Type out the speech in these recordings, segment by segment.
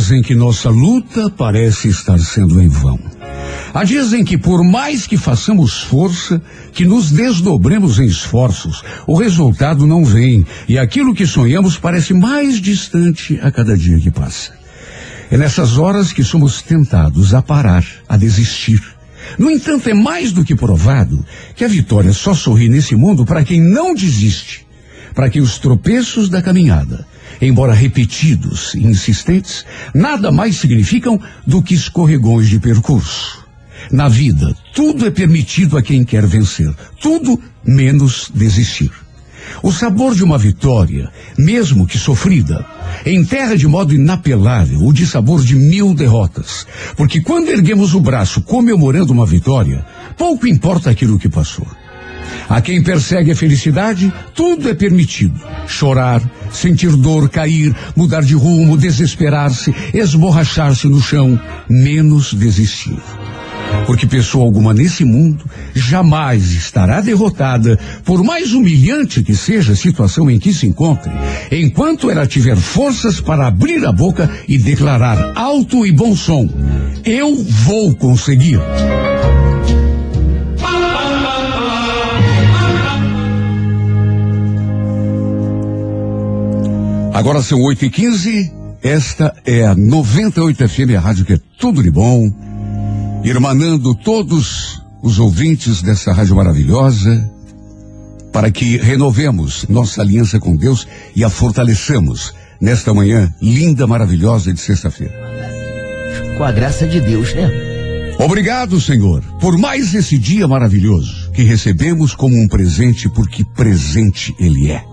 dias em que nossa luta parece estar sendo em vão. Há dias em que, por mais que façamos força, que nos desdobremos em esforços, o resultado não vem e aquilo que sonhamos parece mais distante a cada dia que passa. É nessas horas que somos tentados a parar, a desistir. No entanto, é mais do que provado que a vitória só sorri nesse mundo para quem não desiste, para quem os tropeços da caminhada, embora repetidos e insistentes, nada mais significam do que escorregões de percurso. Na vida, tudo é permitido a quem quer vencer, tudo menos desistir. O sabor de uma vitória, mesmo que sofrida, enterra de modo inapelável o dissabor de 1000 derrotas. Porque quando erguemos o braço comemorando uma vitória, pouco importa aquilo que passou. A quem persegue a felicidade, tudo é permitido. Chorar, sentir dor, cair, mudar de rumo, desesperar-se, esborrachar-se no chão, menos desistir. Porque pessoa alguma nesse mundo jamais estará derrotada, por mais humilhante que seja a situação em que se encontre, enquanto ela tiver forças para abrir a boca e declarar alto e bom som: eu vou conseguir. Agora são 8h15, esta é a 98 FM, a rádio que é tudo de bom, irmanando todos os ouvintes dessa rádio maravilhosa, para que renovemos nossa aliança com Deus e a fortaleçamos nesta manhã linda, maravilhosa de sexta-feira. Com a graça de Deus, né? Obrigado, Senhor, por mais esse dia maravilhoso que recebemos como um presente, porque presente Ele é.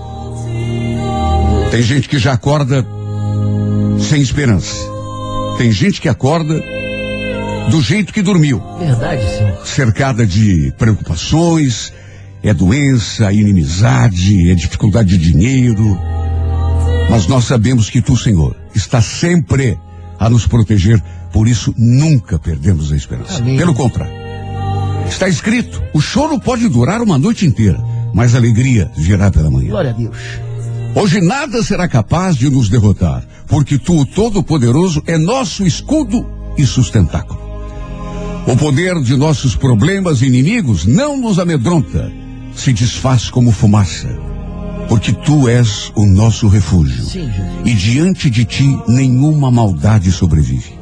Tem gente que já acorda sem esperança. Tem gente que acorda do jeito que dormiu. Verdade, Senhor. Cercada de preocupações, é doença, é inimizade, é dificuldade de dinheiro. Mas nós sabemos que Tu, Senhor, está sempre a nos proteger, por isso nunca perdemos a esperança. Amém. Pelo contrário, está escrito: o choro pode durar uma noite inteira, mas a alegria virá pela manhã. Glória a Deus. Hoje nada será capaz de nos derrotar, porque Tu, o Todo-Poderoso, é nosso escudo e sustentáculo. O poder de nossos problemas e inimigos não nos amedronta, se desfaz como fumaça, porque Tu és o nosso refúgio. Sim, Jesus. E diante de Ti nenhuma maldade sobrevive.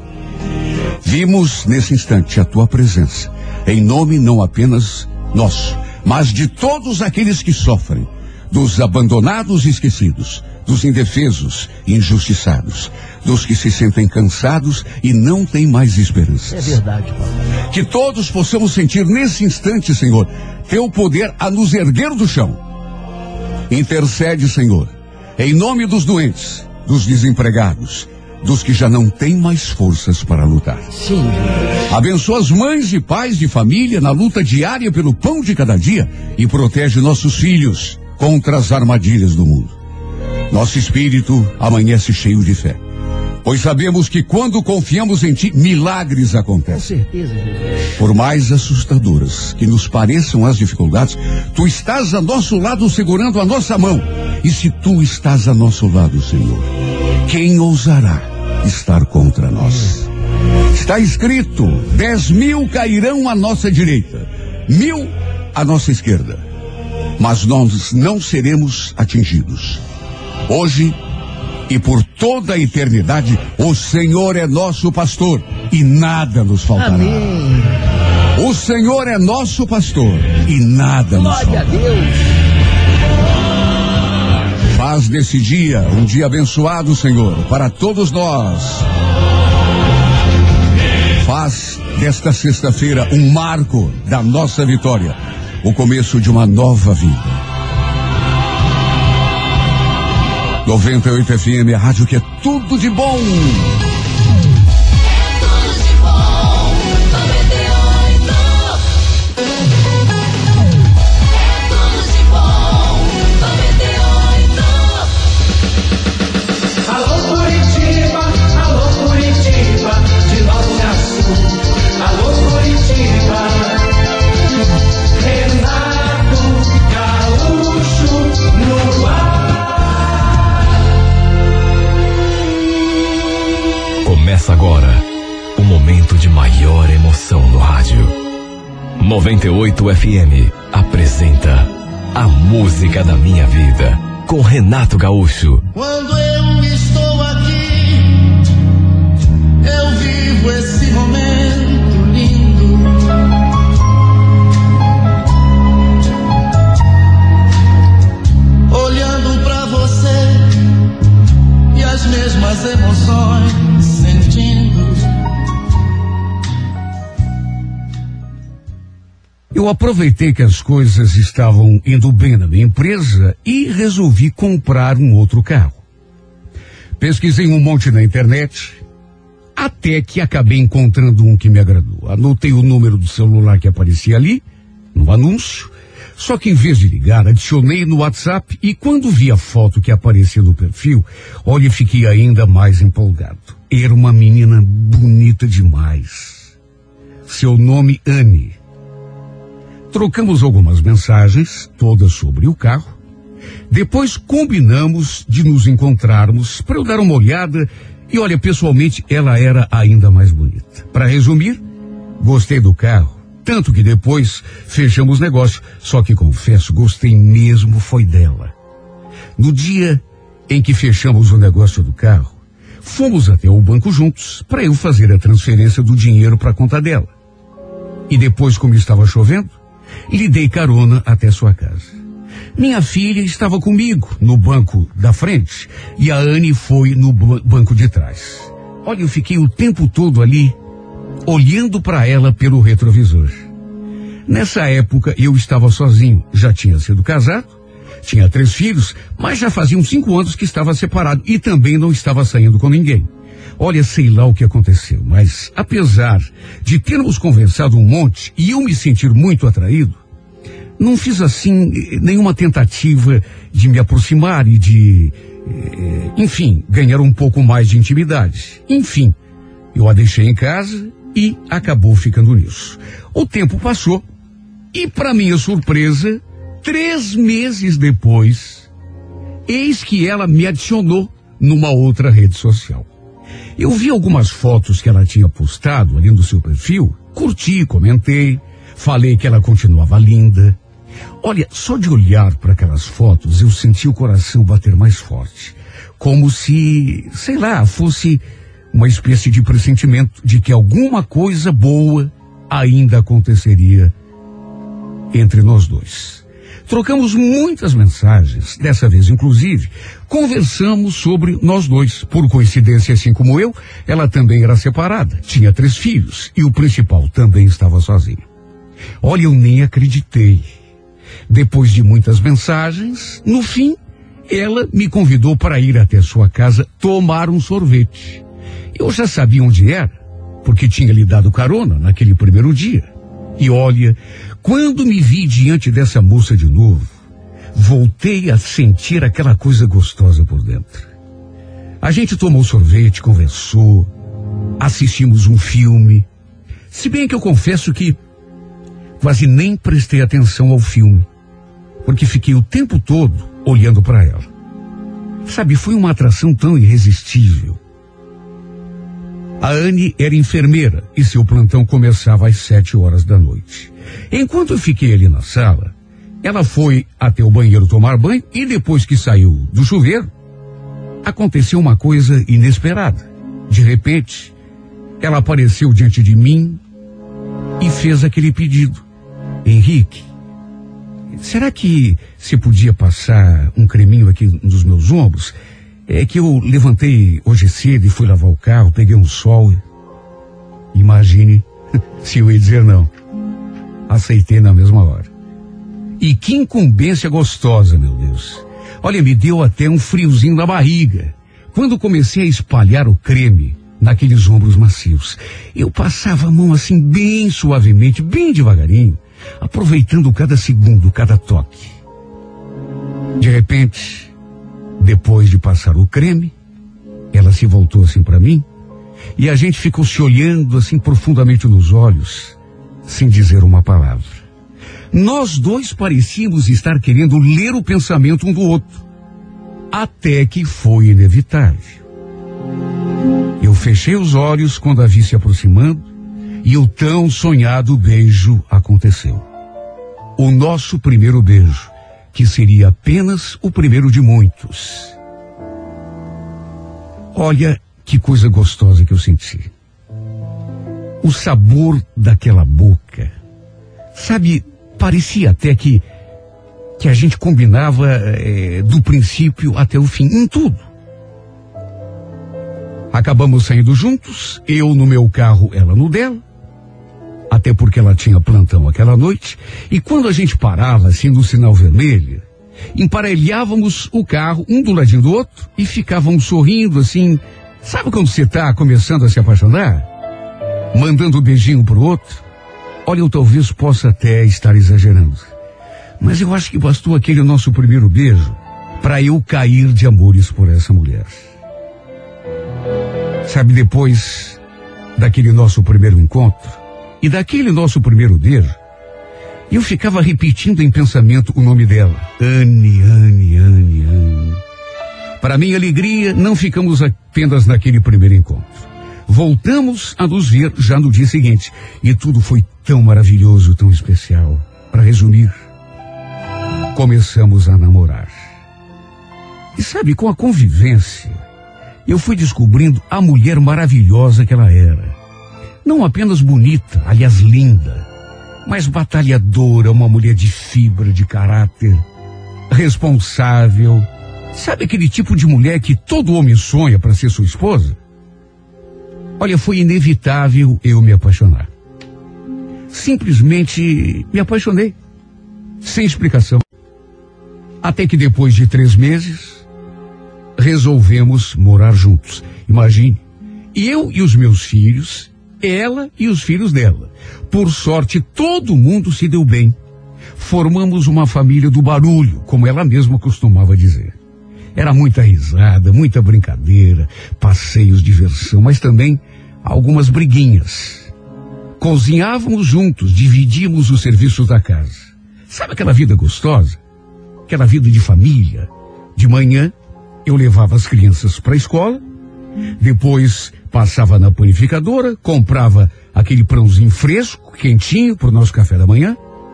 Vimos nesse instante a Tua presença, em nome não apenas nosso, mas de todos aqueles que sofrem, dos abandonados e esquecidos, dos indefesos e injustiçados, dos que se sentem cansados e não têm mais esperança. É verdade, Paulo. Que todos possamos sentir nesse instante, Senhor, Teu poder a nos erguer do chão. Intercede, Senhor, em nome dos doentes, dos desempregados, dos que já não têm mais forças para lutar. Sim, Jesus. Abençoa as mães e pais de família na luta diária pelo pão de cada dia e protege nossos filhos contra as armadilhas do mundo. Nosso espírito amanhece cheio de fé, pois sabemos que quando confiamos em Ti, milagres Com acontecem. certeza, Jesus. Por mais assustadoras que nos pareçam as dificuldades, Tu estás a nosso lado segurando a nossa mão. E se Tu estás a nosso lado, Senhor, quem ousará estar contra nós? Está escrito: 10.000 cairão à nossa direita, 1.000 à nossa esquerda, mas nós não seremos atingidos. Hoje e por toda a eternidade, o Senhor é nosso pastor e nada nos faltará. Amém. O Senhor é nosso pastor e nada nos Glória a faltará. Deus. Faz desse dia um dia abençoado, Senhor, para todos nós. Faz desta sexta-feira um marco da nossa vitória, o começo de uma nova vida. 98 FM, a rádio que é tudo de bom. Começa agora o momento de maior emoção no rádio. 98 FM apresenta A Música da Minha Vida, com Renato Gaúcho. Quando eu estou aqui, eu vivo esse momento lindo. Olhando pra você e as mesmas emoções sentindo. Eu aproveitei que as coisas estavam indo bem na minha empresa e resolvi comprar um outro carro. Pesquisei um monte na internet, até que acabei encontrando um que me agradou. Anotei o número do celular que aparecia ali, no anúncio, só que em vez de ligar, adicionei no WhatsApp e quando vi a foto que aparecia no perfil, olha, fiquei ainda mais empolgado. Era uma menina bonita demais. Seu nome, Anne. Trocamos algumas mensagens, todas sobre o carro. Depois combinamos de nos encontrarmos para eu dar uma olhada e olha, pessoalmente ela era ainda mais bonita. Para resumir, gostei do carro, tanto que depois fechamos negócio, só que confesso, gostei mesmo foi dela. No dia em que fechamos o negócio do carro, fomos até o banco juntos para eu fazer a transferência do dinheiro para a conta dela. E depois, como estava chovendo, lhe dei carona até sua casa. Minha filha estava comigo no banco da frente e a Anne foi no banco de trás. Olha, eu fiquei o tempo todo ali, olhando para ela pelo retrovisor. Nessa época eu estava sozinho, já tinha sido casado, tinha 3 filhos, mas já faziam 5 anos que estava separado e também não estava saindo com ninguém. Olha, sei lá o que aconteceu, mas apesar de termos conversado um monte e eu me sentir muito atraído, não fiz assim nenhuma tentativa de me aproximar e de, enfim, ganhar um pouco mais de intimidade. Enfim, eu a deixei em casa e acabou ficando nisso. O tempo passou e, para minha surpresa, 3 meses depois, eis que ela me adicionou numa outra rede social. Eu vi algumas fotos que ela tinha postado ali no seu perfil, curti, comentei, falei que ela continuava linda. Olha, só de olhar para aquelas fotos eu senti o coração bater mais forte, como se, sei lá, fosse uma espécie de pressentimento de que alguma coisa boa ainda aconteceria entre nós dois. Trocamos muitas mensagens, dessa vez inclusive, conversamos sobre nós dois. Por coincidência, assim como eu, ela também era separada, tinha 3 filhos e o principal também estava sozinho. Olha, eu nem acreditei. Depois de muitas mensagens, no fim, ela me convidou para ir até sua casa tomar um sorvete. Eu já sabia onde era, porque tinha lhe dado carona naquele primeiro dia. E olha, quando me vi diante dessa moça de novo, voltei a sentir aquela coisa gostosa por dentro. A gente tomou sorvete, conversou, assistimos um filme. Se bem que eu confesso que quase nem prestei atenção ao filme, porque fiquei o tempo todo olhando para ela. Sabe, foi uma atração tão irresistível. A Anne era enfermeira e seu plantão começava às 7 horas da noite. Enquanto eu fiquei ali na sala, ela foi até o banheiro tomar banho e depois que saiu do chuveiro, aconteceu uma coisa inesperada. De repente, ela apareceu diante de mim e fez aquele pedido. Henrique, será que você podia passar um creminho aqui nos meus ombros? É que eu levantei hoje cedo e fui lavar o carro, peguei um sol. Imagine se eu ia dizer não. Aceitei na mesma hora. E que incumbência gostosa, meu Deus. Olha, me deu até um friozinho na barriga. Quando comecei a espalhar o creme naqueles ombros macios, eu passava a mão assim bem suavemente, bem devagarinho, aproveitando cada segundo, cada toque. De repente, depois de passar o creme, ela se voltou assim para mim e a gente ficou se olhando assim profundamente nos olhos, sem dizer uma palavra. Nós dois parecíamos estar querendo ler o pensamento um do outro, até que foi inevitável. Eu fechei os olhos quando a vi se aproximando e o tão sonhado beijo aconteceu. O nosso primeiro beijo, que seria apenas o primeiro de muitos. Olha que coisa gostosa que eu senti. O sabor daquela boca. Sabe, parecia até que a gente combinava do princípio até o fim, em tudo. Acabamos saindo juntos, eu no meu carro, ela no dela, até porque ela tinha plantão aquela noite, e quando a gente parava assim no sinal vermelho, emparelhávamos o carro um do ladinho do outro e ficávamos sorrindo assim. Sabe quando você está começando a se apaixonar? Mandando um beijinho pro outro? Olha, eu talvez possa até estar exagerando, mas eu acho que bastou aquele nosso primeiro beijo para eu cair de amores por essa mulher. Sabe, depois daquele nosso primeiro encontro e daquele nosso primeiro beijo, eu ficava repetindo em pensamento o nome dela. Anne, Anne, Anne, Anne. Para minha alegria, não ficamos apenas naquele primeiro encontro. Voltamos a nos ver já no dia seguinte. E tudo foi tão maravilhoso, tão especial. Para resumir, começamos a namorar. E sabe, com a convivência, eu fui descobrindo a mulher maravilhosa que ela era. Não apenas bonita, aliás linda, mas batalhadora, uma mulher de fibra, de caráter, responsável. Sabe aquele tipo de mulher que todo homem sonha para ser sua esposa? Olha, foi inevitável eu me apaixonar. Simplesmente me apaixonei, sem explicação. Até que depois de 3 meses, resolvemos morar juntos. Imagine, eu e os meus filhos, ela e os filhos dela. Por sorte, todo mundo se deu bem. Formamos uma família do barulho, como ela mesma costumava dizer. Era muita risada, muita brincadeira, passeios, diversão, mas também algumas briguinhas. Cozinhávamos juntos, dividíamos os serviços da casa. Sabe aquela vida gostosa? Aquela vida de família. De manhã, eu levava as crianças para a escola, depois passava na panificadora, comprava aquele pãozinho fresco, quentinho, para o nosso café da manhã.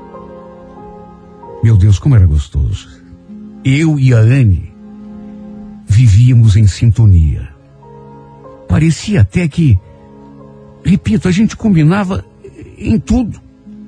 Meu Deus, como era gostoso. Eu e a Anne vivíamos em sintonia. Parecia até que, repito, a gente combinava em tudo.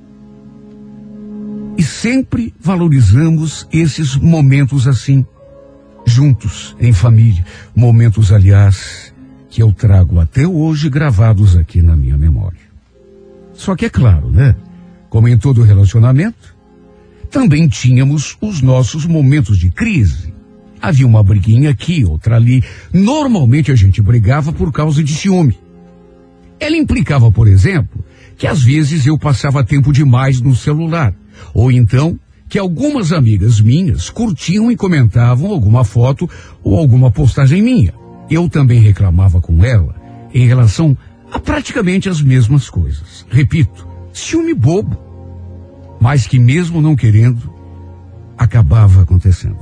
E sempre valorizamos esses momentos assim, juntos, em família. Momentos, aliás, que eu trago até hoje gravados aqui na minha memória. Só que é claro, né? Como em todo relacionamento, também tínhamos os nossos momentos de crise. Havia uma briguinha aqui, outra ali. Normalmente a gente brigava por causa de ciúme. Ela implicava, por exemplo, que às vezes eu passava tempo demais no celular. Ou então, que algumas amigas minhas curtiam e comentavam alguma foto ou alguma postagem minha. Eu também reclamava com ela em relação a praticamente as mesmas coisas. Repito, ciúme bobo, mas que mesmo não querendo, acabava acontecendo.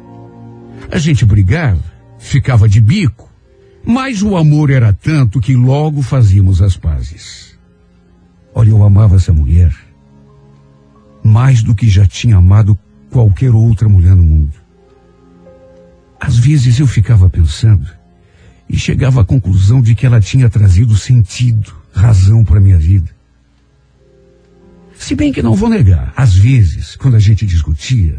A gente brigava, ficava de bico, mas o amor era tanto que logo fazíamos as pazes. Olha, eu amava essa mulher mais do que já tinha amado qualquer outra mulher no mundo. Às vezes eu ficava pensando e chegava à conclusão de que ela tinha trazido sentido, razão para minha vida. Se bem que não vou negar, às vezes, quando a gente discutia,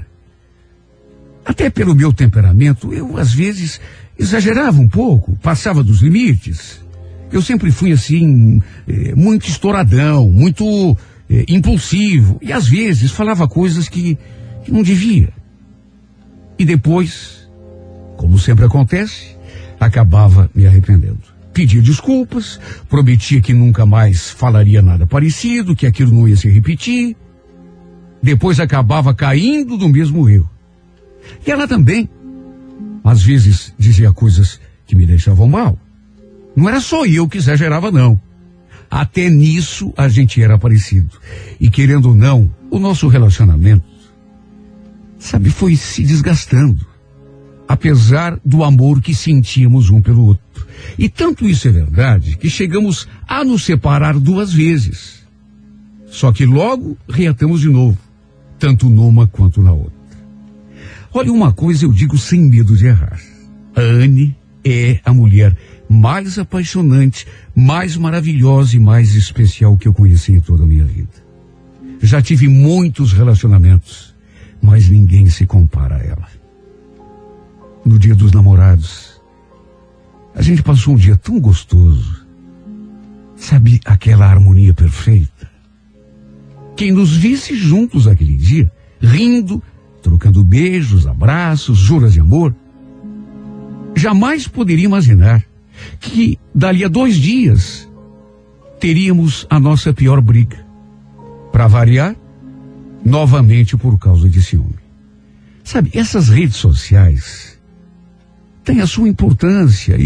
até pelo meu temperamento, eu às vezes exagerava um pouco, passava dos limites. Eu sempre fui assim, muito estouradão, muito impulsivo, e às vezes falava coisas que não devia. E depois, como sempre acontece, acabava me arrependendo. Pedia desculpas, prometia que nunca mais falaria nada parecido, que aquilo não ia se repetir. Depois acabava caindo no mesmo erro. E ela também, às vezes, dizia coisas que me deixavam mal. Não era só eu que exagerava, não. Até nisso a gente era parecido. E querendo ou não, o nosso relacionamento, sabe, foi se desgastando. apesar do amor que sentíamos um pelo outro. E tanto isso é verdade que chegamos a nos separar 2 vezes. Só que logo reatamos de novo, tanto numa quanto na outra. Olha, uma coisa eu digo sem medo de errar. A Anne é a mulher mais apaixonante, mais maravilhosa e mais especial que eu conheci em toda a minha vida. Já tive muitos relacionamentos, mas ninguém se compara a ela. No dia dos namorados, a gente passou um dia tão gostoso. Sabe, aquela harmonia perfeita? Quem nos visse juntos aquele dia, rindo, trocando beijos, abraços, juras de amor, jamais poderia imaginar que dali a 2 dias teríamos a nossa pior briga. Para variar, novamente por causa de ciúme. Sabe, essas redes sociais têm a sua importância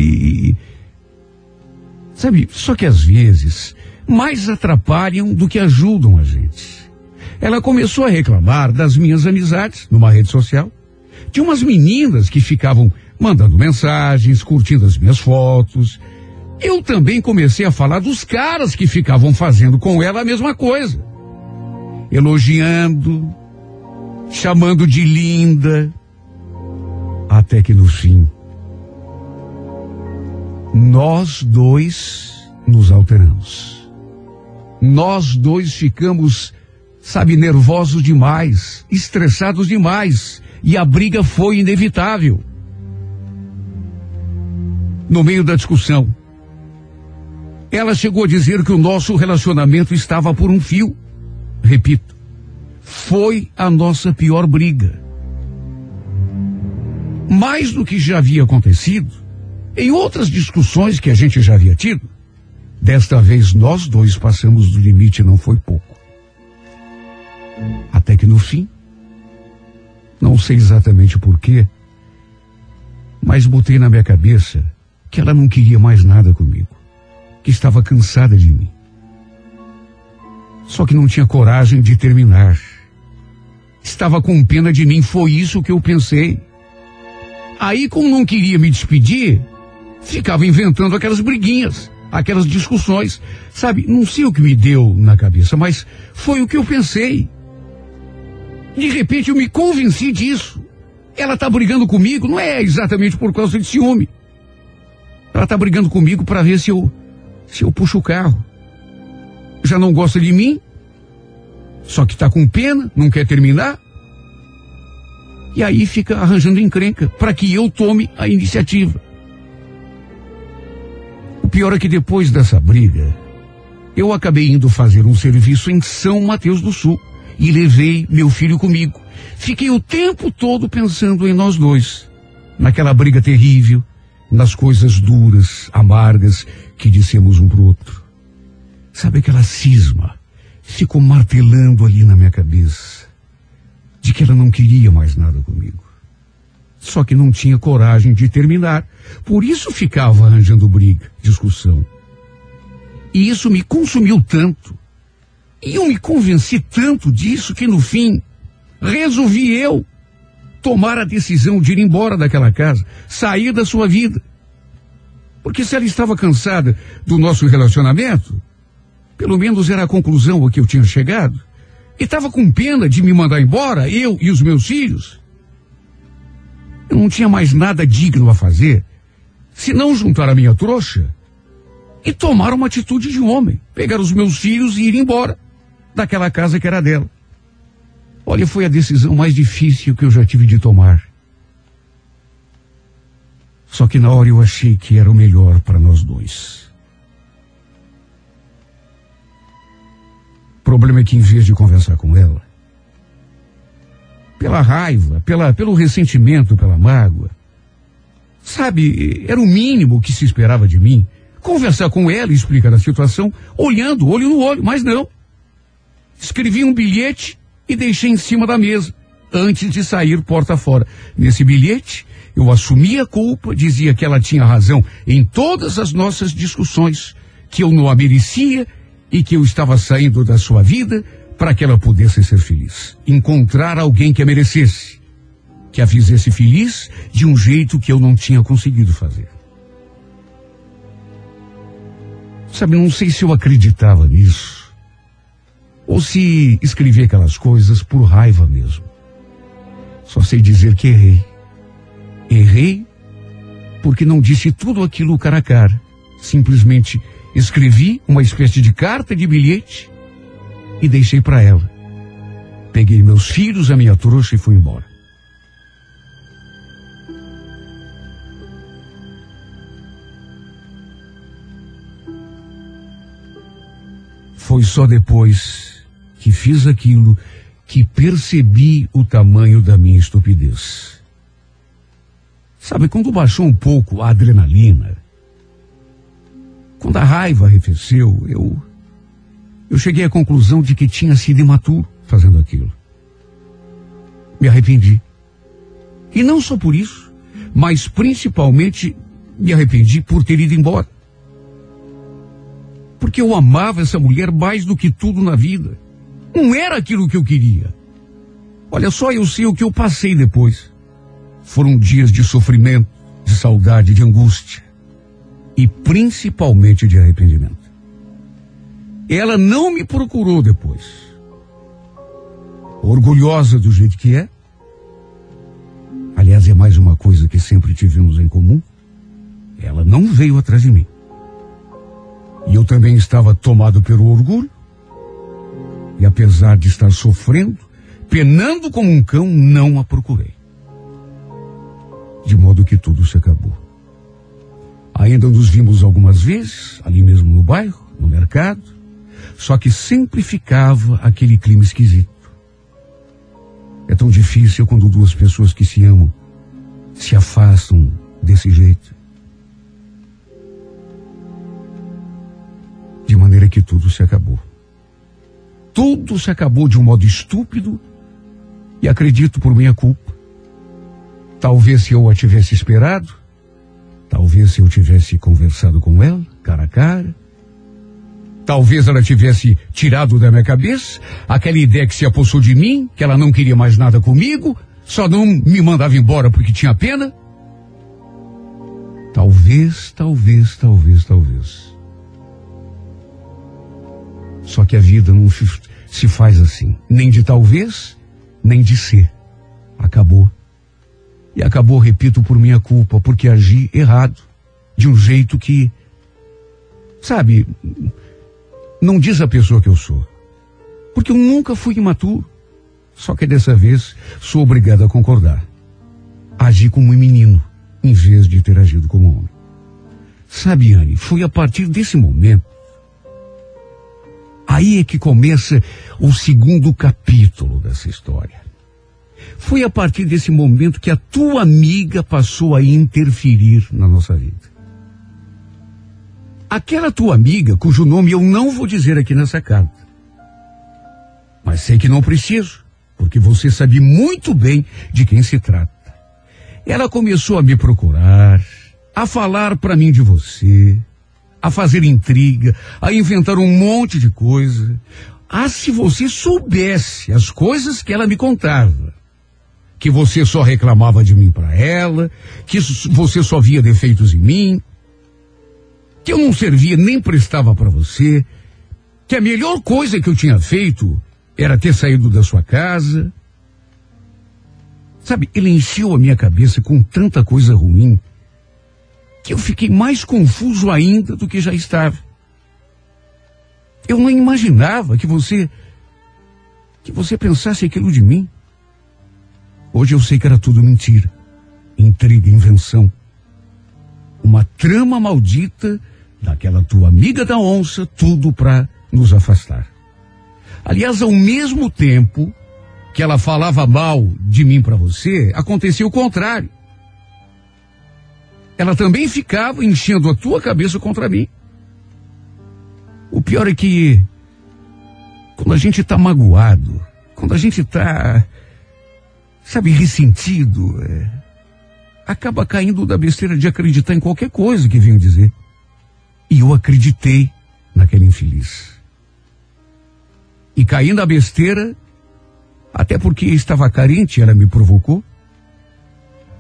sabe, só que às vezes mais atrapalham do que ajudam a gente. Ela começou a reclamar das minhas amizades numa rede social, de umas meninas que ficavam mandando mensagens, curtindo as minhas fotos. Eu também comecei a falar dos caras que ficavam fazendo com ela a mesma coisa. Elogiando, chamando de linda, até que no fim, nós 2 nos alteramos. Nós 2 ficamos, sabe, nervosos demais, estressados demais, e a briga foi inevitável. No meio da discussão, ela chegou a dizer que o nosso relacionamento estava por um fio. Repito, foi a nossa pior briga. Mais do que já havia acontecido, em outras discussões que a gente já havia tido, desta vez nós 2 passamos do limite e não foi pouco. Até que no fim, não sei exatamente porquê, mas botei na minha cabeça que ela não queria mais nada comigo, que estava cansada de mim. Só que não tinha coragem de terminar. Estava com pena de mim, foi isso que eu pensei. Aí, como não queria me despedir, ficava inventando aquelas briguinhas, aquelas discussões. Sabe, não sei o que me deu na cabeça, mas foi o que eu pensei. De repente eu me convenci disso. Ela está brigando comigo, não é exatamente por causa de ciúme. Ela está brigando comigo para ver se eu puxo o carro. Já não gosta de mim, só que está com pena, não quer terminar. E aí fica arranjando encrenca para que eu tome a iniciativa. O pior é que depois dessa briga, eu acabei indo fazer um serviço em São Mateus do Sul e levei meu filho comigo. Fiquei o tempo todo pensando em nós 2, naquela briga terrível, nas coisas duras, amargas que dissemos um pro outro. Sabe, aquela cisma ficou martelando ali na minha cabeça, de que ela não queria mais nada comigo. Só que não tinha coragem de terminar, por isso ficava arranjando briga, discussão. E isso me consumiu tanto, e eu me convenci tanto disso que no fim, resolvi eu tomar a decisão de ir embora daquela casa, sair da sua vida. Porque se ela estava cansada do nosso relacionamento, pelo menos era a conclusão a que eu tinha chegado, e estava com pena de me mandar embora, eu e os meus filhos, eu não tinha mais nada digno a fazer, senão juntar a minha trouxa e tomar uma atitude de homem, pegar os meus filhos e ir embora daquela casa que era dela. Olha, foi a decisão mais difícil que eu já tive de tomar. Só que na hora eu achei que era o melhor para nós 2. O problema é que em vez de conversar com ela, pela raiva, pelo ressentimento, pela mágoa, sabe, era o mínimo que se esperava de mim, conversar com ela e explicar a situação, olhando, olho no olho, mas não. Escrevi um bilhete e deixei em cima da mesa, antes de sair porta fora. Nesse bilhete, eu assumi a culpa, dizia que ela tinha razão em todas as nossas discussões, que eu não a merecia e que eu estava saindo da sua vida para que ela pudesse ser feliz. Encontrar alguém que a merecesse, que a fizesse feliz de um jeito que eu não tinha conseguido fazer. Sabe, não sei se eu acreditava nisso, ou se escrevi aquelas coisas por raiva mesmo. Só sei dizer que errei. Errei porque não disse tudo aquilo cara a cara. Simplesmente escrevi uma espécie de carta de bilhete e deixei para ela. Peguei meus filhos, a minha trouxa e fui embora. Foi só depois que fiz aquilo que percebi o tamanho da minha estupidez. Sabe, quando baixou um pouco a adrenalina, quando a raiva arrefeceu, eu cheguei à conclusão de que tinha sido imaturo fazendo aquilo. Me arrependi. E não só por isso, mas principalmente me arrependi por ter ido embora. Porque eu amava essa mulher mais do que tudo na vida. Não era aquilo que eu queria. Olha só, eu sei o que eu passei depois. Foram dias de sofrimento, de saudade, de angústia. E principalmente de arrependimento. Ela não me procurou depois. Orgulhosa do jeito que é. Aliás, é mais uma coisa que sempre tivemos em comum. Ela não veio atrás de mim. E eu também estava tomado pelo orgulho. E apesar de estar sofrendo, penando como um cão, não a procurei. De modo que tudo se acabou. Ainda nos vimos algumas vezes, ali mesmo no bairro, no mercado. Só que sempre ficava aquele clima esquisito. É tão difícil quando duas pessoas que se amam se afastam desse jeito. De maneira que tudo se acabou. Tudo se acabou de um modo estúpido e acredito por minha culpa. Talvez se eu a tivesse esperado, talvez se eu tivesse conversado com ela, cara a cara, talvez ela tivesse tirado da minha cabeça aquela ideia que se apossou de mim, que ela não queria mais nada comigo, só não me mandava embora porque tinha pena. Talvez. Só que a vida não se faz assim. Nem de talvez, nem de ser. Acabou. E acabou, repito, por minha culpa, porque agi errado. De um jeito que, sabe, não diz a pessoa que eu sou. Porque eu nunca fui imaturo. Só que dessa vez sou obrigado a concordar. Agi como um menino, em vez de ter agido como homem. Sabe, Anne, foi a partir desse momento. Aí é que começa o segundo capítulo dessa história. Foi a partir desse momento que a tua amiga passou a interferir na nossa vida. Aquela tua amiga, cujo nome eu não vou dizer aqui nessa carta. Mas sei que não preciso, porque você sabe muito bem de quem se trata. Ela começou a me procurar, a falar para mim de você, a fazer intriga, a inventar um monte de coisa. Ah, se você soubesse as coisas que ela me contava. Que você só reclamava de mim para ela, que você só via defeitos em mim, que eu não servia nem prestava para você, que a melhor coisa que eu tinha feito era ter saído da sua casa. Sabe, ele encheu a minha cabeça com tanta coisa ruim, que eu fiquei mais confuso ainda do que já estava. Eu não imaginava que você pensasse aquilo de mim. Hoje eu sei que era tudo mentira, intriga, invenção. Uma trama maldita daquela tua amiga da onça, tudo para nos afastar. Aliás, ao mesmo tempo que ela falava mal de mim para você, acontecia o contrário. Ela também ficava enchendo a tua cabeça contra mim. O pior é que quando a gente tá magoado, quando a gente tá, sabe, ressentido, acaba caindo da besteira de acreditar em qualquer coisa que venham dizer. E eu acreditei naquele infeliz. E caí na besteira, até porque estava carente, ela me provocou.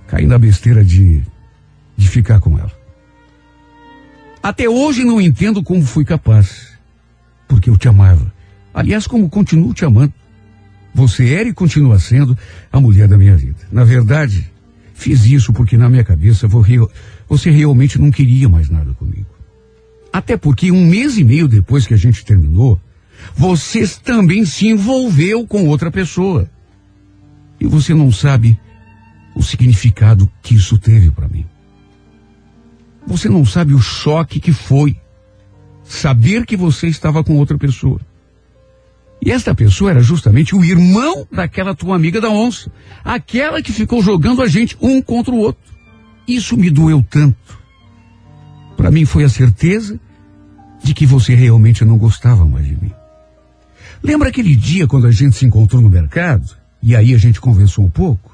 caí na besteira de ficar com ela. Até hoje não entendo como fui capaz, porque eu te amava. Aliás, como continuo te amando. Você era e continua sendo a mulher da minha vida. Na verdade, fiz isso porque na minha cabeça você realmente não queria mais nada comigo. Até porque 1 mês e meio depois que a gente terminou, você também se envolveu com outra pessoa. E você não sabe o significado que isso teve para mim. Você não sabe o choque que foi saber que você estava com outra pessoa. E esta pessoa era justamente o irmão daquela tua amiga da onça. Aquela que ficou jogando a gente um contra o outro. Isso me doeu tanto. Para mim foi a certeza de que você realmente não gostava mais de mim. Lembra aquele dia quando a gente se encontrou no mercado? E aí a gente conversou um pouco?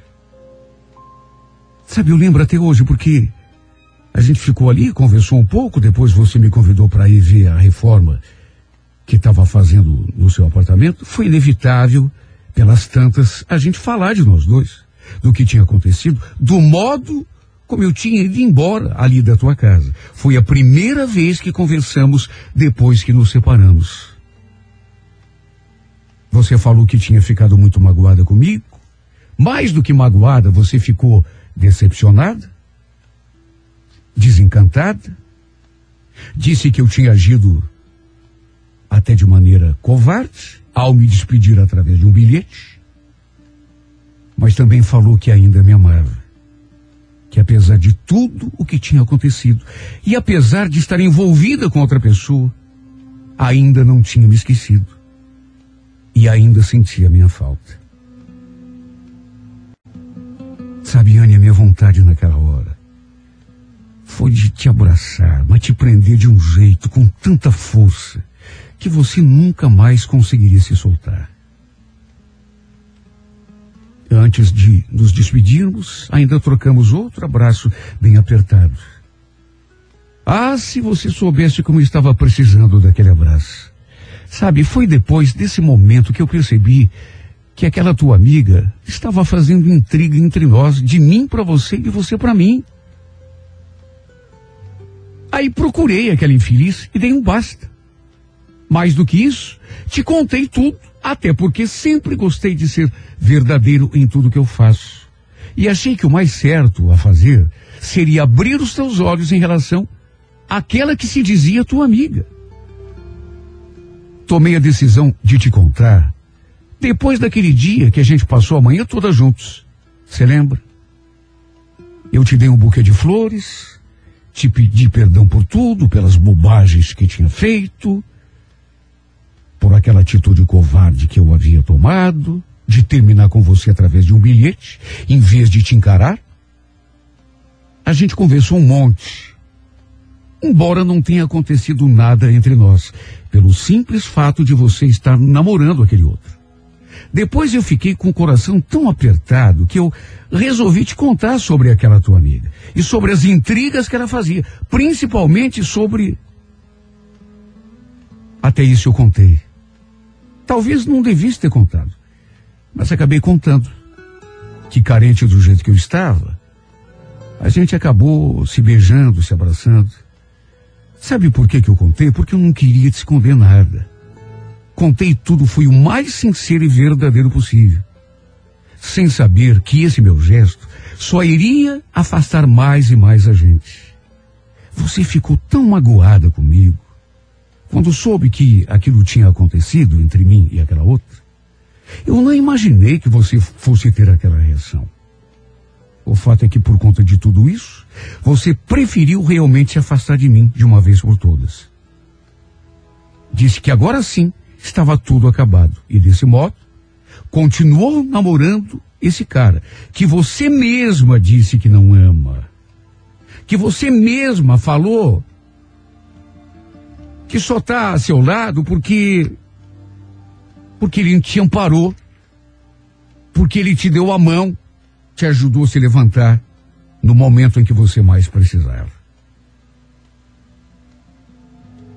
Sabe, eu lembro até hoje porque a gente ficou ali, conversou um pouco, depois você me convidou para ir ver a reforma que estava fazendo no seu apartamento. Foi inevitável, pelas tantas, a gente falar de nós dois, do que tinha acontecido, do modo como eu tinha ido embora ali da tua casa. Foi a primeira vez que conversamos depois que nos separamos. Você falou que tinha ficado muito magoada comigo. Mais do que magoada, você ficou decepcionada, desencantada. Disse que eu tinha agido até de maneira covarde ao me despedir através de um bilhete. Mas também falou que ainda me amava. Que apesar de tudo o que tinha acontecido, e apesar de estar envolvida com outra pessoa, ainda não tinha me esquecido. E ainda sentia a minha falta. Sabe, Anny, a minha vontade naquela hora foi de te abraçar, mas te prender de um jeito, com tanta força, que você nunca mais conseguiria se soltar. Antes de nos despedirmos, ainda trocamos outro abraço bem apertado. Ah, se você soubesse como eu estava precisando daquele abraço. Sabe, foi depois desse momento que eu percebi que aquela tua amiga estava fazendo intriga entre nós, de mim para você e de você para mim. Aí procurei aquela infeliz e dei um basta. Mais do que isso, te contei tudo, até porque sempre gostei de ser verdadeiro em tudo que eu faço. E achei que o mais certo a fazer seria abrir os teus olhos em relação àquela que se dizia tua amiga. Tomei a decisão de te contar depois daquele dia que a gente passou a manhã toda juntos. Você lembra? Eu te dei um buquê de flores, te pedi perdão por tudo, pelas bobagens que tinha feito, por aquela atitude covarde que eu havia tomado, de terminar com você através de um bilhete, em vez de te encarar. A gente conversou um monte, embora não tenha acontecido nada entre nós, pelo simples fato de você estar namorando aquele outro. Depois eu fiquei com o coração tão apertado que eu resolvi te contar sobre aquela tua amiga e sobre as intrigas que ela fazia, principalmente sobre... Até isso eu contei. Talvez não devisse ter contado, mas acabei contando que, carente do jeito que eu estava, a gente acabou se beijando, se abraçando. Sabe por que eu contei? Porque eu não queria te esconder nada. Contei tudo, fui o mais sincero e verdadeiro possível, sem saber que esse meu gesto só iria afastar mais e mais a gente. Você ficou tão magoada comigo quando soube que aquilo tinha acontecido entre mim e aquela outra. Eu não imaginei que você fosse ter aquela reação. O fato é que, por conta de tudo isso, você preferiu realmente se afastar de mim de uma vez por todas. Disse que agora sim estava tudo acabado. E desse modo, continuou namorando esse cara que você mesma disse que não ama. Que você mesma falou que só está a seu lado porque ele te amparou, porque ele te deu a mão, te ajudou a se levantar no momento em que você mais precisava.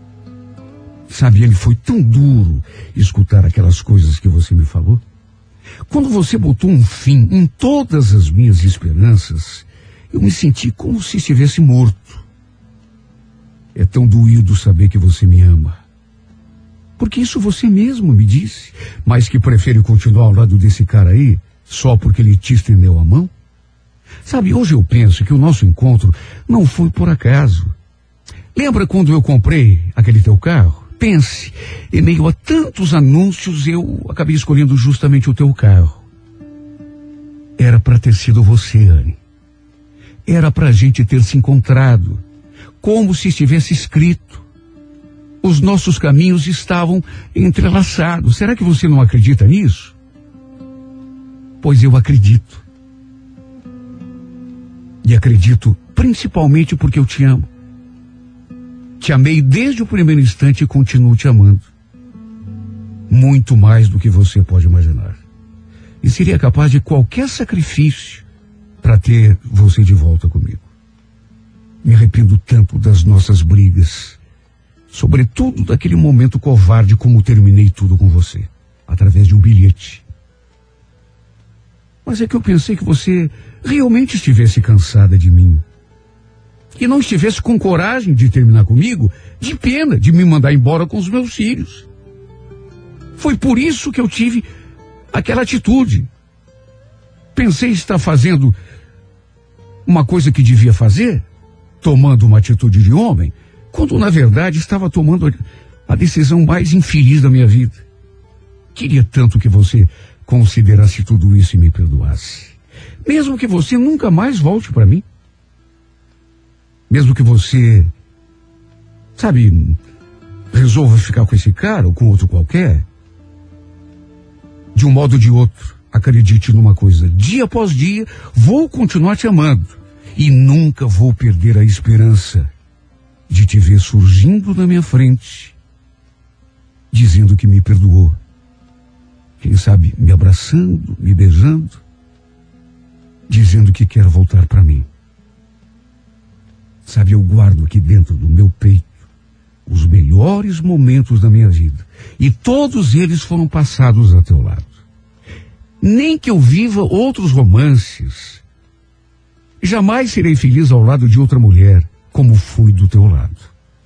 Sabe, ele foi tão duro escutar aquelas coisas que você me falou. Quando você botou um fim em todas as minhas esperanças, eu me senti como se estivesse morto. É tão doído saber que você me ama. Porque isso você mesmo me disse, mas que prefere continuar ao lado desse cara aí, só porque ele te estendeu a mão? Sabe, hoje eu penso que o nosso encontro não foi por acaso. Lembra quando eu comprei aquele teu carro? Pense, em meio a tantos anúncios, eu acabei escolhendo justamente o teu carro. Era para ter sido você, Anne. Era para a gente ter se encontrado, como se estivesse escrito. Os nossos caminhos estavam entrelaçados. Será que você não acredita nisso? Pois eu acredito. E acredito principalmente porque eu te amo. Te amei desde o primeiro instante e continuo te amando. Muito mais do que você pode imaginar. E seria capaz de qualquer sacrifício para ter você de volta comigo. Me arrependo tanto das nossas brigas. Sobretudo daquele momento covarde como terminei tudo com você. Através de um bilhete. Mas é que eu pensei que você realmente estivesse cansada de mim. Que não estivesse com coragem de terminar comigo, de pena de me mandar embora com os meus filhos. Foi por isso que eu tive aquela atitude. Pensei estar fazendo uma coisa que devia fazer, tomando uma atitude de homem, quando na verdade estava tomando a decisão mais infeliz da minha vida. Queria tanto que você considerasse tudo isso e me perdoasse. Mesmo que você nunca mais volte para mim. Mesmo que você, sabe, resolva ficar com esse cara ou com outro qualquer. De um modo ou de outro, acredite numa coisa. Dia após dia, vou continuar te amando. E nunca vou perder a esperança de te ver surgindo na minha frente, dizendo que me perdoou. Quem sabe me abraçando, me beijando, dizendo que quer voltar para mim. Sabe, eu guardo aqui dentro do meu peito os melhores momentos da minha vida. E todos eles foram passados a teu lado. Nem que eu viva outros romances, jamais serei feliz ao lado de outra mulher, como fui do teu lado.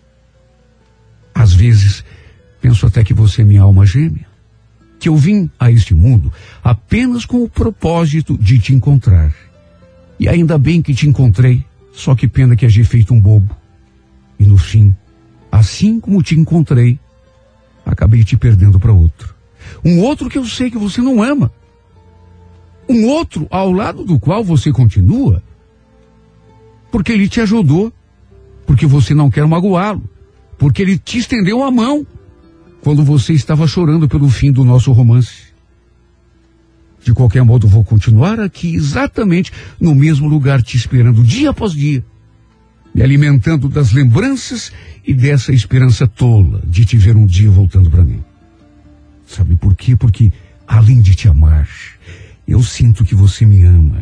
Às vezes, penso até que você é minha alma gêmea. Que eu vim a este mundo apenas com o propósito de te encontrar. E ainda bem que te encontrei, só que pena que agi feito um bobo. E no fim, assim como te encontrei, acabei te perdendo para outro. Um outro que eu sei que você não ama. Um outro ao lado do qual você continua, porque ele te ajudou, porque você não quer magoá-lo, porque ele te estendeu a mão quando você estava chorando pelo fim do nosso romance. De qualquer modo, vou continuar aqui exatamente no mesmo lugar te esperando dia após dia, me alimentando das lembranças e dessa esperança tola de te ver um dia voltando para mim. Sabe por quê? Porque além de te amar, eu sinto que você me ama.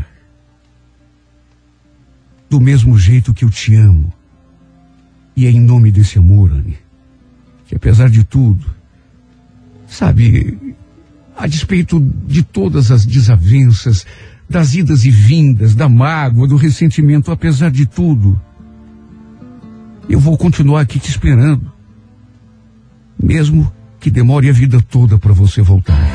Do mesmo jeito que eu te amo. E é em nome desse amor, Anne, que apesar de tudo, sabe, a despeito de todas as desavenças, das idas e vindas, da mágoa, do ressentimento, apesar de tudo, eu vou continuar aqui te esperando, mesmo que demore a vida toda para você voltar.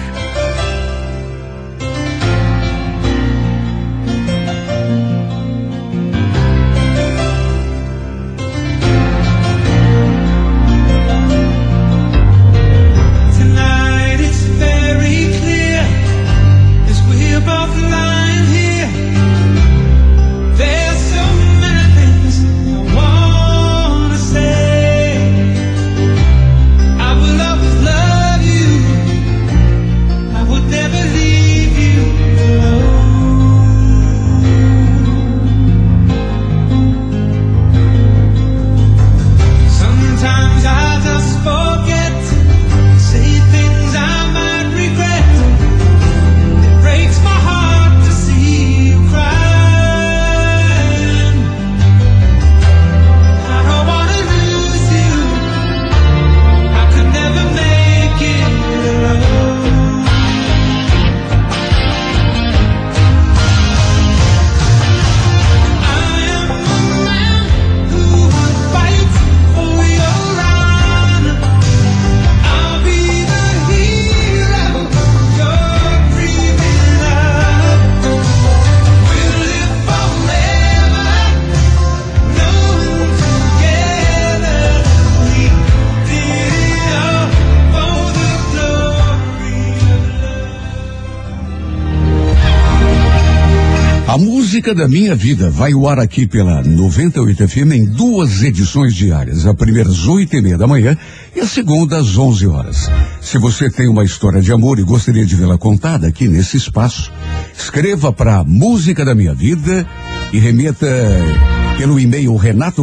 Música da Minha Vida vai ao ar aqui pela 98 FM em 2 edições diárias. A primeira às 8:30 da manhã e a segunda às 11 horas. Se você tem uma história de amor e gostaria de vê-la contada aqui nesse espaço, escreva para Música da Minha Vida e remeta pelo e-mail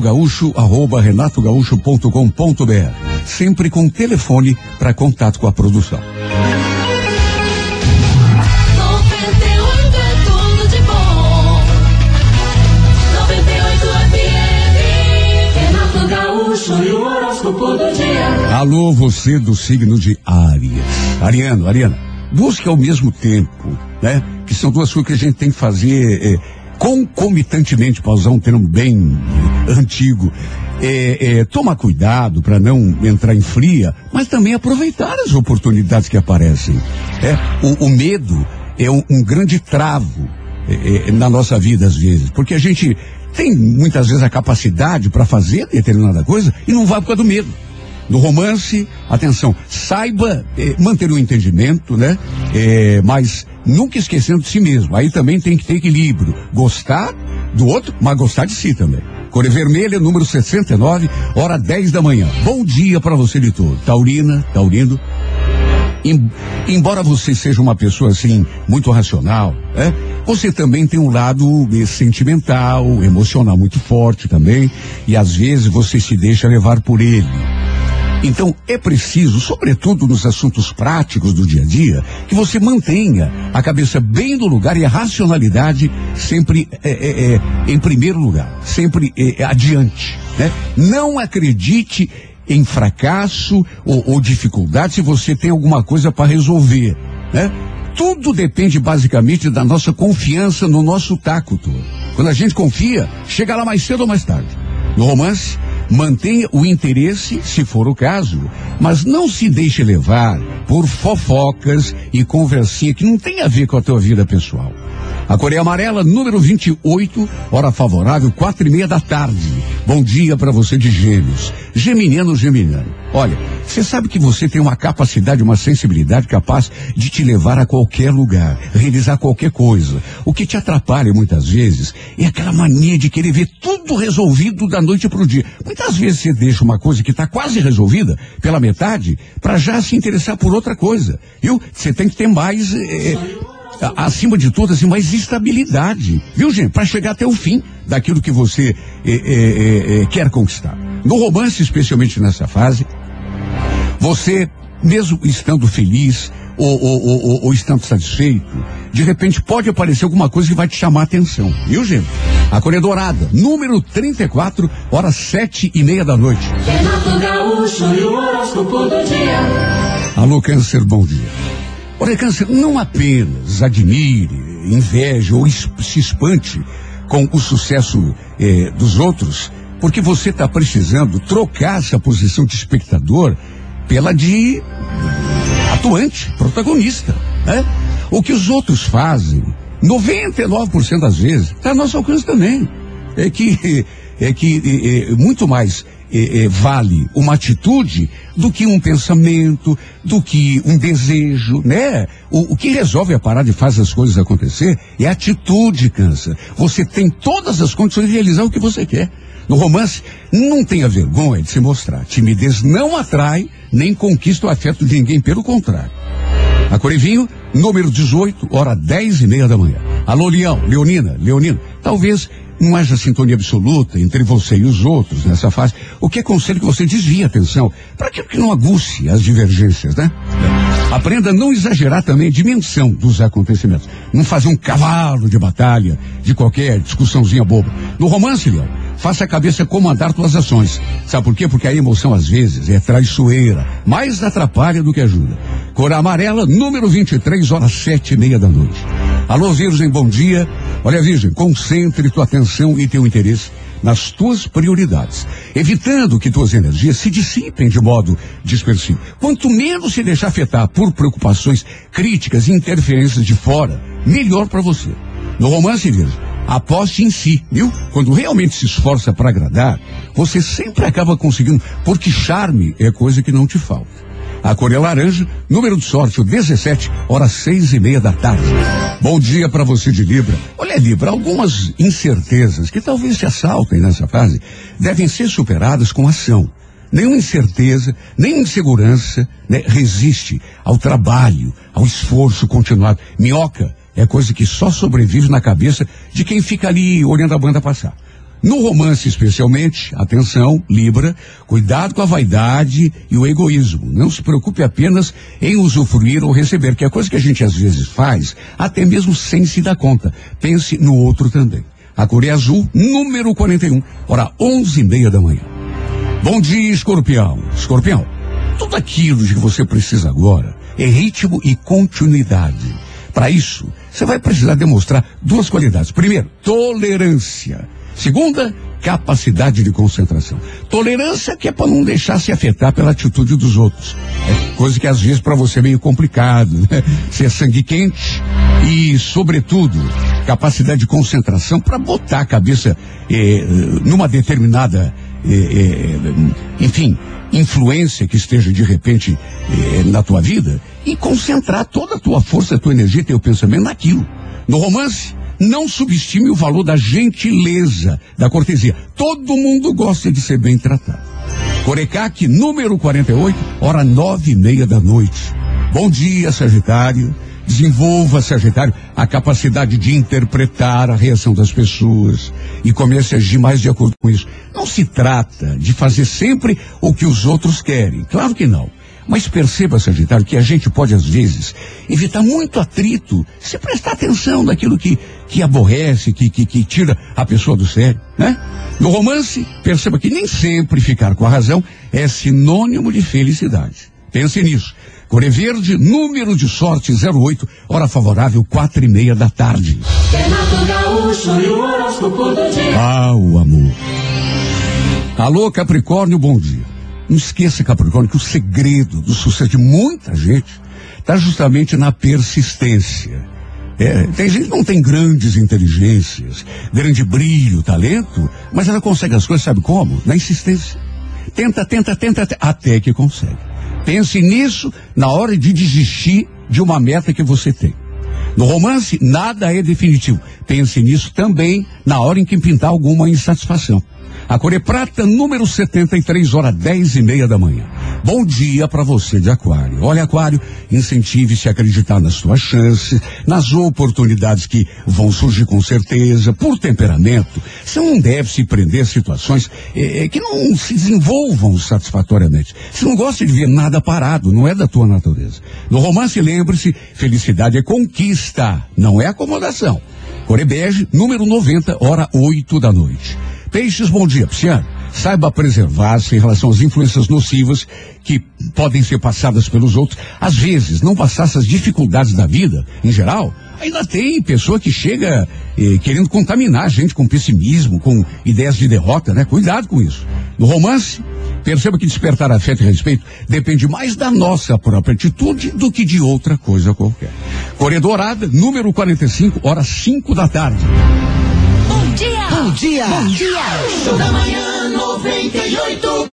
renatogaúcho@renatogaúcho.com.br, sempre com telefone para contato com a produção. 98 é tudo de bom. 98 FM, Renato Gaúcho e o horóscopo do dia. Alô, você do signo de Áries. Ariana, busque ao mesmo tempo, né? Que são duas coisas que a gente tem que fazer concomitantemente, para usar um termo bem antigo. Toma cuidado para não entrar em fria, mas também aproveitar as oportunidades que aparecem. O medo é um grande travo na nossa vida às vezes, porque a gente tem muitas vezes a capacidade para fazer determinada coisa e não vai por causa do medo. No romance, atenção, saiba manter o entendimento, né? Mas nunca esquecendo de si mesmo. Aí também tem que ter equilíbrio. Gostar do outro, mas gostar de si também. Cor vermelha, número 69, hora 10 da manhã. Bom dia para você de todo. Taurino. Embora você seja uma pessoa assim, muito racional, você também tem um lado sentimental, emocional muito forte também. E às vezes você se deixa levar por ele. Então é preciso, sobretudo nos assuntos práticos do dia a dia, que você mantenha a cabeça bem no lugar e a racionalidade sempre em primeiro lugar, sempre adiante, né? Não acredite em fracasso ou dificuldade se você tem alguma coisa para resolver, né? Tudo depende basicamente da nossa confiança no nosso taco. Quando a gente confia, chega lá mais cedo ou mais tarde. No romance, mantenha o interesse, se for o caso, mas não se deixe levar por fofocas e conversinha que não tem a ver com a tua vida pessoal. A cor é amarela, número 28, hora favorável, 4:30 da tarde. Bom dia para você de Gêmeos. Geminiano. Olha, você sabe que você tem uma capacidade, uma sensibilidade capaz de te levar a qualquer lugar, realizar qualquer coisa. O que te atrapalha muitas vezes é aquela mania de querer ver tudo resolvido da noite pro dia. Muitas vezes você deixa uma coisa que está quase resolvida pela metade para já se interessar por outra coisa, viu? Você tem que ter mais acima de tudo, assim, mais estabilidade, viu, gente? Para chegar até o fim daquilo que você quer conquistar. No romance, especialmente nessa fase, você, mesmo estando feliz ou estando satisfeito, de repente pode aparecer alguma coisa que vai te chamar a atenção, viu, gente? A cor é dourada, número 34, hora 7:30 da noite. Renato Gaúcho e o horóscopo do dia. Alô, Câncer, bom dia. Olha, Câncer, não apenas admire, inveje ou se espante com o sucesso dos outros, porque você está precisando trocar essa posição de espectador pela de atuante, protagonista, né? O que os outros fazem, 99% das vezes, está a nosso alcance também. É que muito mais vale uma atitude do que um pensamento, do que um desejo, né? O que resolve a parada e faz as coisas acontecer é a atitude, Câncer. Você tem todas as condições de realizar o que você quer. No romance, não tenha vergonha de se mostrar. Timidez não atrai, nem conquista o afeto de ninguém, pelo contrário. A cor é vinho, número 18, hora 10:30 da manhã. Alô, Leonino, talvez não haja sintonia absoluta entre você e os outros nessa fase, o que aconselho que você desvie a atenção para aquilo que não aguce as divergências, né? Aprenda a não exagerar também a dimensão dos acontecimentos. Não fazer um cavalo de batalha de qualquer discussãozinha boba. No romance, Leão, faça a cabeça comandar suas ações. Sabe por quê? Porque a emoção às vezes é traiçoeira, mais atrapalha do que ajuda. Cor amarela, número 23, horas 7:30 da noite. Alô, Virgem, bom dia. Olha, Virgem, concentre tua atenção e teu interesse nas tuas prioridades, evitando que tuas energias se dissipem de modo dispersivo. Quanto menos se deixar afetar por preocupações críticas e interferências de fora, melhor para você. No romance, Virgem, aposte em si, viu? Quando realmente se esforça para agradar, você sempre acaba conseguindo, porque charme é coisa que não te falta. A cor é laranja, número de sorte, o 17, horas 6:30 da tarde. Bom dia para você de Libra. Olha, Libra, algumas incertezas que talvez te assaltem nessa fase devem ser superadas com ação. Nenhuma incerteza, nenhuma insegurança, né, resiste ao trabalho, ao esforço continuado. Minhoca é coisa que só sobrevive na cabeça de quem fica ali olhando a banda passar. No romance, especialmente, atenção, Libra, cuidado com a vaidade e o egoísmo. Não se preocupe apenas em usufruir ou receber, que é coisa que a gente às vezes faz, até mesmo sem se dar conta. Pense no outro também. A cor é azul, número 41, hora 11:30 da manhã. Bom dia, Escorpião. Escorpião, tudo aquilo de que você precisa agora é ritmo e continuidade. Para isso, você vai precisar demonstrar duas qualidades. Primeiro, tolerância. Segunda, capacidade de concentração. Tolerância que é para não deixar se afetar pela atitude dos outros. É coisa que às vezes para você é meio complicado, né? Ser sangue quente e, sobretudo, capacidade de concentração para botar a cabeça numa determinada enfim, influência que esteja de repente na tua vida e concentrar toda a tua força, a tua energia, teu pensamento naquilo. No romance, não subestime o valor da gentileza, da cortesia. Todo mundo gosta de ser bem tratado. Corecaque, número 48, hora 9:30 da noite. Bom dia, Sagitário. Desenvolva, Sagitário, a capacidade de interpretar a reação das pessoas e comece a agir mais de acordo com isso. Não se trata de fazer sempre o que os outros querem, claro que não. Mas perceba, Sagitário, que a gente pode, às vezes, evitar muito atrito se prestar atenção naquilo que aborrece, que tira a pessoa do sério, né? No romance, perceba que nem sempre ficar com a razão é sinônimo de felicidade. Pense nisso. Cor é verde, número de sorte 08, hora favorável 4:30 da tarde. Renato Gaúcho e o horóscopo do dia. Ah, o amor. Alô, Capricórnio, bom dia. Não esqueça, Capricórnio, que o segredo do sucesso de muita gente está justamente na persistência. Tem gente que não tem grandes inteligências, grande brilho, talento, mas ela consegue as coisas, sabe como? Na insistência. Tenta, até que consegue. Pense nisso na hora de desistir de uma meta que você tem. No romance, nada é definitivo. Pense nisso também na hora em que pintar alguma insatisfação. A cor é prata, número 73, hora 10:30 da manhã. Bom dia para você de Aquário. Olha, Aquário, incentive-se a acreditar nas suas chances, nas oportunidades que vão surgir com certeza. Por temperamento, você não deve se prender a situações que não se desenvolvam satisfatoriamente. Você não gosta de ver nada parado, não é da tua natureza. No romance, lembre-se, felicidade é conquista, não é acomodação. Cor é bege, número 90, hora 8 da noite. Peixes, bom dia, Pisciano. Saiba preservar-se em relação às influências nocivas que podem ser passadas pelos outros. Às vezes, não passasse as dificuldades da vida, em geral, ainda tem pessoa que chega querendo contaminar a gente com pessimismo, com ideias de derrota, né? Cuidado com isso. No romance, perceba que despertar afeto e respeito depende mais da nossa própria atitude do que de outra coisa qualquer. Cor é dourada, número 45, hora 5 da tarde. Bom dia! Bom dia! Bom dia! Show da manhã 98.